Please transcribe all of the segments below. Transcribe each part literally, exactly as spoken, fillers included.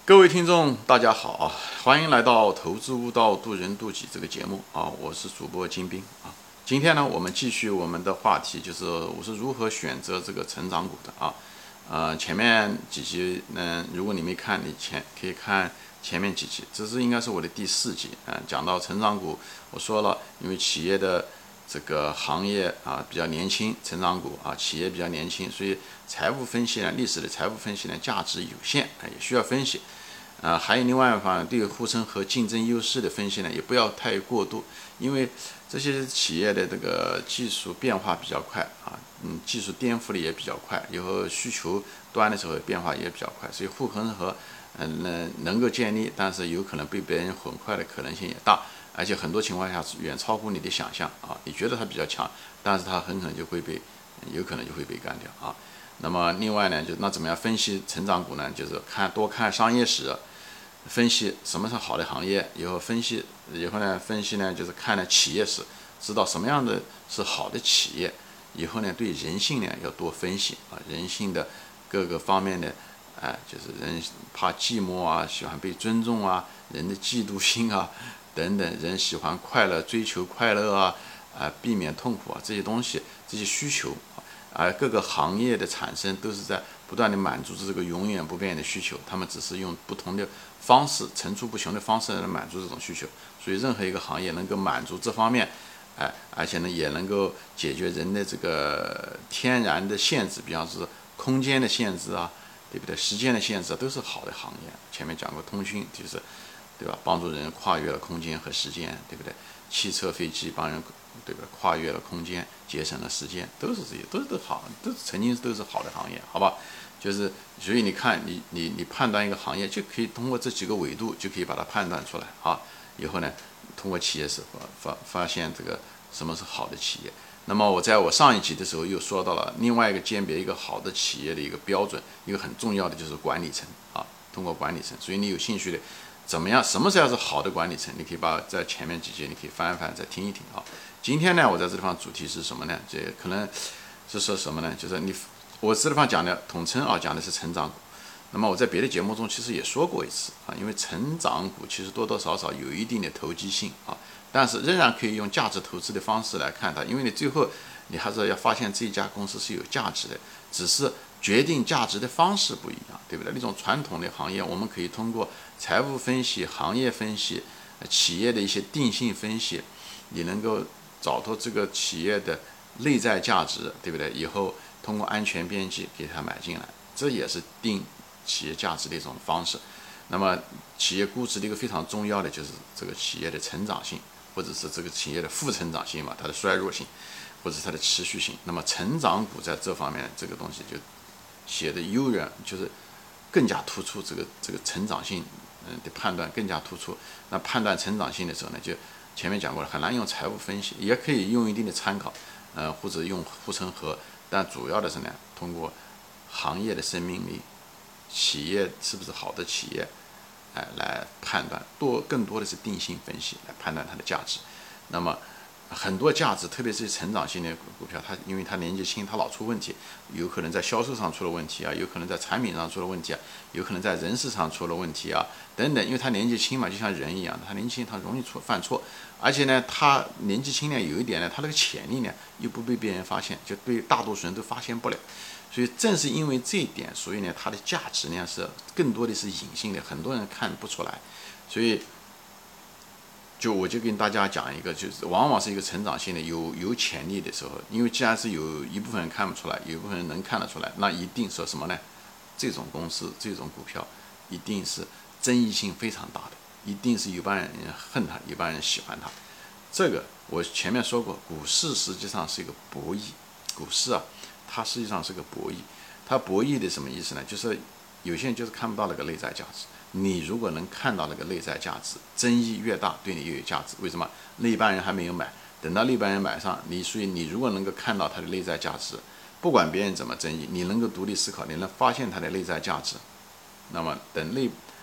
各位听众，大家好啊！欢迎来到《投资悟道，渡人渡己》这个节目啊！我是主播金兵啊。今天呢，我们继续我们的话题，就是我是如何选择这个成长股的啊。呃，前面几集呢，如果你没看，你前可以看前面几集，这是应该是我的第四集啊、呃。讲到成长股，我说了，因为企业的这个行业啊比较年轻，成长股啊企业比较年轻，所以财务分析呢，历史的财务分析呢，价值有限啊，也需要分析。啊、呃，还有另外一方面，对护城河竞争优势的分析呢，也不要太过度，因为这些企业的这个技术变化比较快啊，嗯，技术颠覆的也比较快，以后需求端的时候变化也比较快，所以护城河嗯能能够建立，但是有可能被别人混坏的可能性也大，而且很多情况下是远超乎你的想象啊，你觉得它比较强，但是它很可能就会被，有可能就会被干掉啊。那么另外呢，就那怎么样分析成长股呢？就是看多看商业史。分析什么是好的行业，以后分析以后呢，分析呢就是看了企业史，知道什么样的是好的企业，以后呢对人性呢要多分析啊，人性的各个方面的，哎、呃，就是人怕寂寞啊，喜欢被尊重啊，人的嫉妒心啊等等，人喜欢快乐，追求快乐啊，啊、呃，避免痛苦啊，这些东西，这些需求。而各个行业的产生都是在不断的满足着这个永远不变的需求，他们只是用不同的方式，层出不穷的方式来满足这种需求。所以任何一个行业能够满足这方面，哎，而且呢也能够解决人的这个天然的限制，比方说空间的限制啊，对不对？时间的限制、啊、都是好的行业。前面讲过通讯就是，对吧？帮助人跨越了空间和时间，对不对？汽车、飞机帮人。对吧？跨越了空间，节省了时间，都是这些，都是好，都是曾经都是好的行业，好吧？就是所以你看，你你你判断一个行业，就可以通过这几个维度，就可以把它判断出来啊。以后呢，通过企业史发发发现这个什么是好的企业。那么我在我上一集的时候又说到了另外一个鉴别一个好的企业的一个标准，一个很重要的就是管理层啊，通过管理层。所以你有兴趣的。怎么样？什么才是好的管理层？你可以把在前面几节你可以翻一翻，再听一听啊。今天呢，我在这地方主题是什么呢？这可能是说什么呢？就是你，我这地方讲的统称啊，讲的是成长股。那么我在别的节目中其实也说过一次啊，因为成长股其实多多少少有一定的投机性啊，但是仍然可以用价值投资的方式来看它，因为你最后你还是要发现这一家公司是有价值的，只是决定价值的方式不一样，对不对？那种传统的行业，我们可以通过财务分析、行业分析、企业的一些定性分析，你能够找到这个企业的内在价值，对不对？以后通过安全边际给它买进来，这也是定企业价值的一种方式。那么企业估值的一个非常重要的就是这个企业的成长性，或者是这个企业的负成长性嘛，它的衰弱性，或者是它的持续性。那么成长股在这方面这个东西就写的优远，就是更加突出这个这个成长性，嗯的判断更加突出。那判断成长性的时候呢，就前面讲过了，很难用财务分析，也可以用一定的参考，呃或者用护城河，但主要的是呢，通过行业的生命力，企业是不是好的企业，哎、呃、来判断，多更多的是定性分析来判断它的价值。那么很多价值，特别是成长性的股票，它因为它年纪轻，它老出问题，有可能在销售上出了问题啊，有可能在产品上出了问题啊，有可能在人事上出了问题啊，等等。因为它年纪轻嘛，就像人一样，它年纪轻，它容易出犯错，而且呢，它年纪轻呢，有一点呢，它那个潜力呢，又不被别人发现，就对大多数人都发现不了。所以正是因为这一点，所以呢，它的价值呢是更多的是隐性的，很多人看不出来，所以。就我就跟大家讲一个，就是往往是一个成长性的有有潜力的时候，因为既然是有一部分人看不出来，有一部分人能看得出来，那一定说什么呢？这种公司这种股票一定是争议性非常大的，一定是有帮人恨它，有帮人喜欢它。这个我前面说过，股市实际上是一个博弈，股市啊，它实际上是个博弈。它博弈的什么意思呢？就是有些人就是看不到那个内在价值。你如果能看到那个内在价值，争议越大，对你越有价值。为什么？那一般人还没有买，等到那一般人买上，你所以你如果能够看到它的内在价值，不管别人怎么争议，你能够独立思考，你能发现它的内在价值，那么等那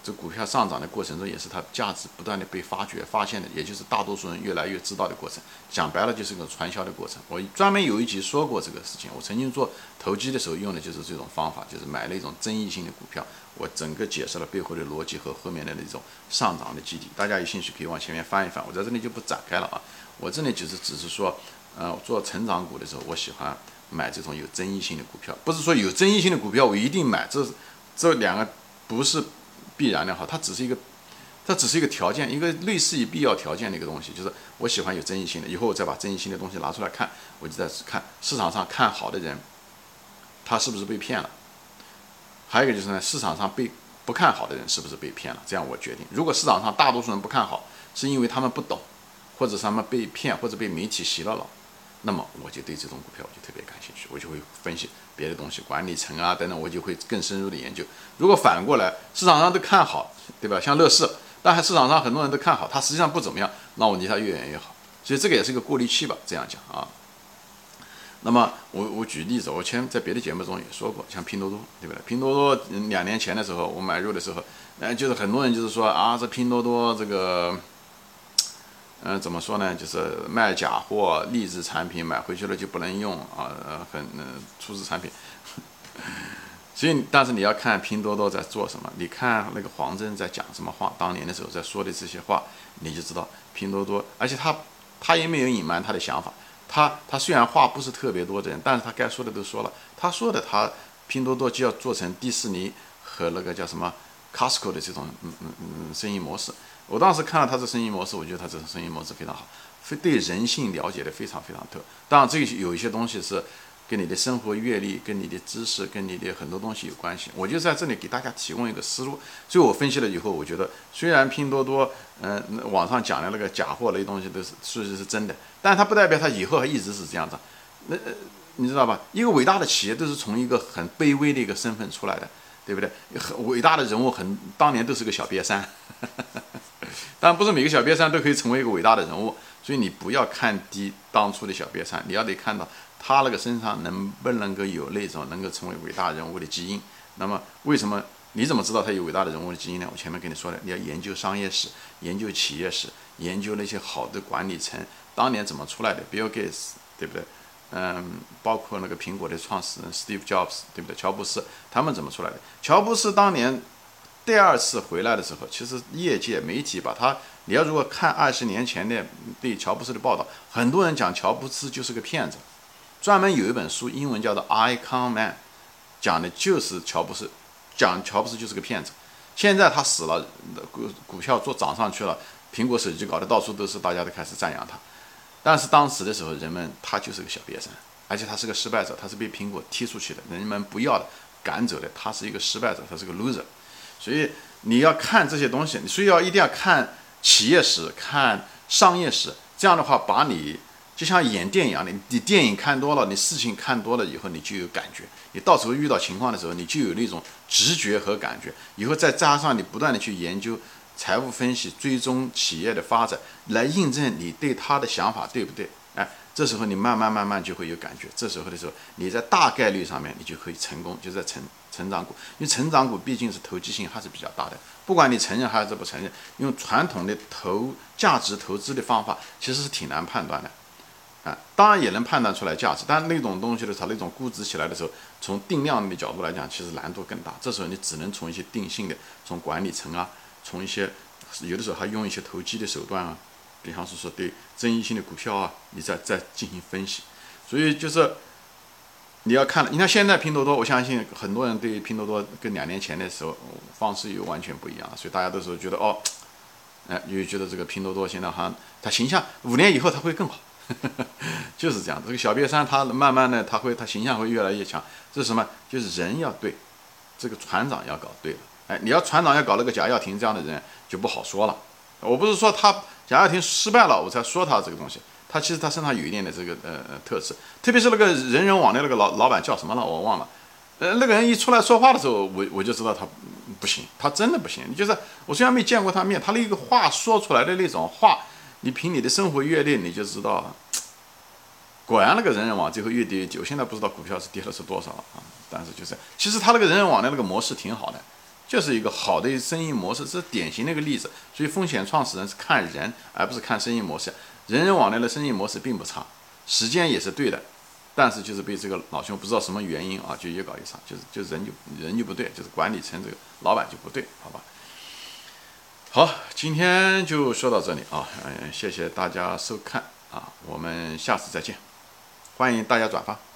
这股票上涨的过程中，也是它价值不断的被发掘、发现的，也就是大多数人越来越知道的过程。讲白了，就是个传销的过程。我专门有一集说过这个事情。我曾经做投机的时候用的就是这种方法，就是买那种争议性的股票。我整个解释了背后的逻辑和后面的那种上涨的基底。大家有兴趣可以往前面翻一翻，我在这里就不展开了啊。我这里只是只是说，呃，做成长股的时候，我喜欢买这种有争议性的股票。不是说有争议性的股票我一定买，这这两个不是必然的哈，它只是一个，它只是一个条件，一个类似于必要条件的一个东西，就是我喜欢有争议性的，以后我再把争议性的东西拿出来看，我就在看市场上看好的人，他是不是被骗了？还有一个就是呢，市场上被不看好的人是不是被骗了？这样我决定。如果市场上大多数人不看好，是因为他们不懂，或者是他们被骗，或者被媒体洗了脑，那么我就对这种股票我就特别感兴趣，我就会分析别的东西，管理层啊等等，我就会更深入的研究。如果反过来市场上都看好，对吧？像乐视，但是市场上很多人都看好，它实际上不怎么样，那我离它越远越好。所以这个也是个过滤器吧，这样讲啊。那么我我举例子，我前在别的节目中也说过，像拼多多，对不对？拼多多两年前的时候，我买入的时候，呃，就是很多人就是说啊，这拼多多这个。嗯、呃，怎么说呢？就是卖假货、励志产品，买回去了就不能用啊，呃，很呃，粗制产品。所以，但是你要看拼多多在做什么，你看那个黄峥在讲什么话，当年的时候在说的这些话，你就知道拼多多，而且他他也没有隐瞒他的想法，他他虽然话不是特别多的人，但是他该说的都说了，他说的他拼多多就要做成迪士尼和那个叫什么 Costco 的这种嗯嗯嗯生意模式。我当时看到他这生意模式，我觉得他这种生意模式非常好，对人性了解的非常非常透。当然，这个有一些东西是跟你的生活阅历、跟你的知识、跟你的很多东西有关系。我就在这里给大家提供一个思路。所以我分析了以后，我觉得虽然拼多多，嗯、呃，网上讲的那个假货那些东西都是事实是真的，但是它不代表它以后还一直是这样子。那、呃、你知道吧？一个伟大的企业都是从一个很卑微的一个身份出来的，对不对？很伟大的人物很当年都是个小瘪三。当然不是每个小瘪三都可以成为一个伟大的人物，所以你不要看低当初的小瘪三，你要得看到他那个身上能不能够有那种能够成为伟大人物的基因。那么为什么你怎么知道他有伟大的人物的基因呢？我前面跟你说了，你要研究商业史，研究企业史，研究那些好的管理层当年怎么出来的 ，Bill Gates， 对不对？嗯，包括那个苹果的创始人 Steve Jobs， 对不对？乔布斯他们怎么出来的？乔布斯当年第二次回来的时候，其实业界媒体把他，你要如果看二十年前的对乔布斯的报道，很多人讲乔布斯就是个骗子，专门有一本书，英文叫做《Icon Man》，讲的就是乔布斯，讲乔布斯就是个骗子。现在他死了，股股票做涨上去了，苹果手机搞得到处都是，大家都开始赞扬他。但是当时的时候，人们他就是个小瘪三，而且他是个失败者，他是被苹果踢出去的，人们不要的，赶走的，他是一个失败者，他是个 loser。所以你要看这些东西，你所以要一定要看企业史、看商业史，这样的话，把你就像演电影一样的，你电影看多了，你事情看多了以后，你就有感觉，你到时候遇到情况的时候，你就有那种直觉和感觉。以后再加上你不断的去研究财务分析，追踪企业的发展，来印证你对他的想法对不对？哎，这时候你慢慢慢慢就会有感觉。这时候的时候，你在大概率上面你就可以成功，就在成。成长股，因为成长股毕竟是投机性还是比较大的，不管你承认还是不承认，用传统的投价值投资的方法其实是挺难判断的，啊，当然也能判断出来价值，但那种东西的时候，那种估值起来的时候，从定量的角度来讲，其实难度更大。这时候你只能从一些定性的，从管理层啊，从一些有的时候还用一些投机的手段啊，比方说说对争议性的股票啊，你再再进行分析，所以就是。你要看，你看现在拼多多，我相信很多人对拼多多跟两年前的时候方式又完全不一样了，所以大家都是觉得哦，哎，又觉得这个拼多多现在好像它形象五年以后它会更好，就是这样。这个小瘪三它慢慢的它会它形象会越来越强，这是什么？就是人要对，这个船长要搞对了。哎，你要船长要搞那个贾跃亭这样的人就不好说了。我不是说他贾跃亭失败了我才说他这个东西。他其实他身上有一点的这个呃特质，特别是那个人人网的那个老老板叫什么了，我忘了。呃，那个人一出来说话的时候，我我就知道他不行，他真的不行。就是我虽然没见过他面，他那个话说出来的那种话，你凭你的生活阅历你就知道，果然那个人人网最后越跌越低。我现在不知道股票是跌了是多少了啊，但是就是其实他那个人人网的那个模式挺好的， 就是一个好的生意模式，这是典型的一个例子。所以风险创始人是看人，而不是看生意模式。人人网来的生意模式并不差，时间也是对的，但是就是被这个老兄不知道什么原因啊，就越搞越差，就是就人就人就不对，就是管理层这个老板就不对，好吧？好，今天就说到这里啊，嗯，谢谢大家收看啊，我们下次再见，欢迎大家转发。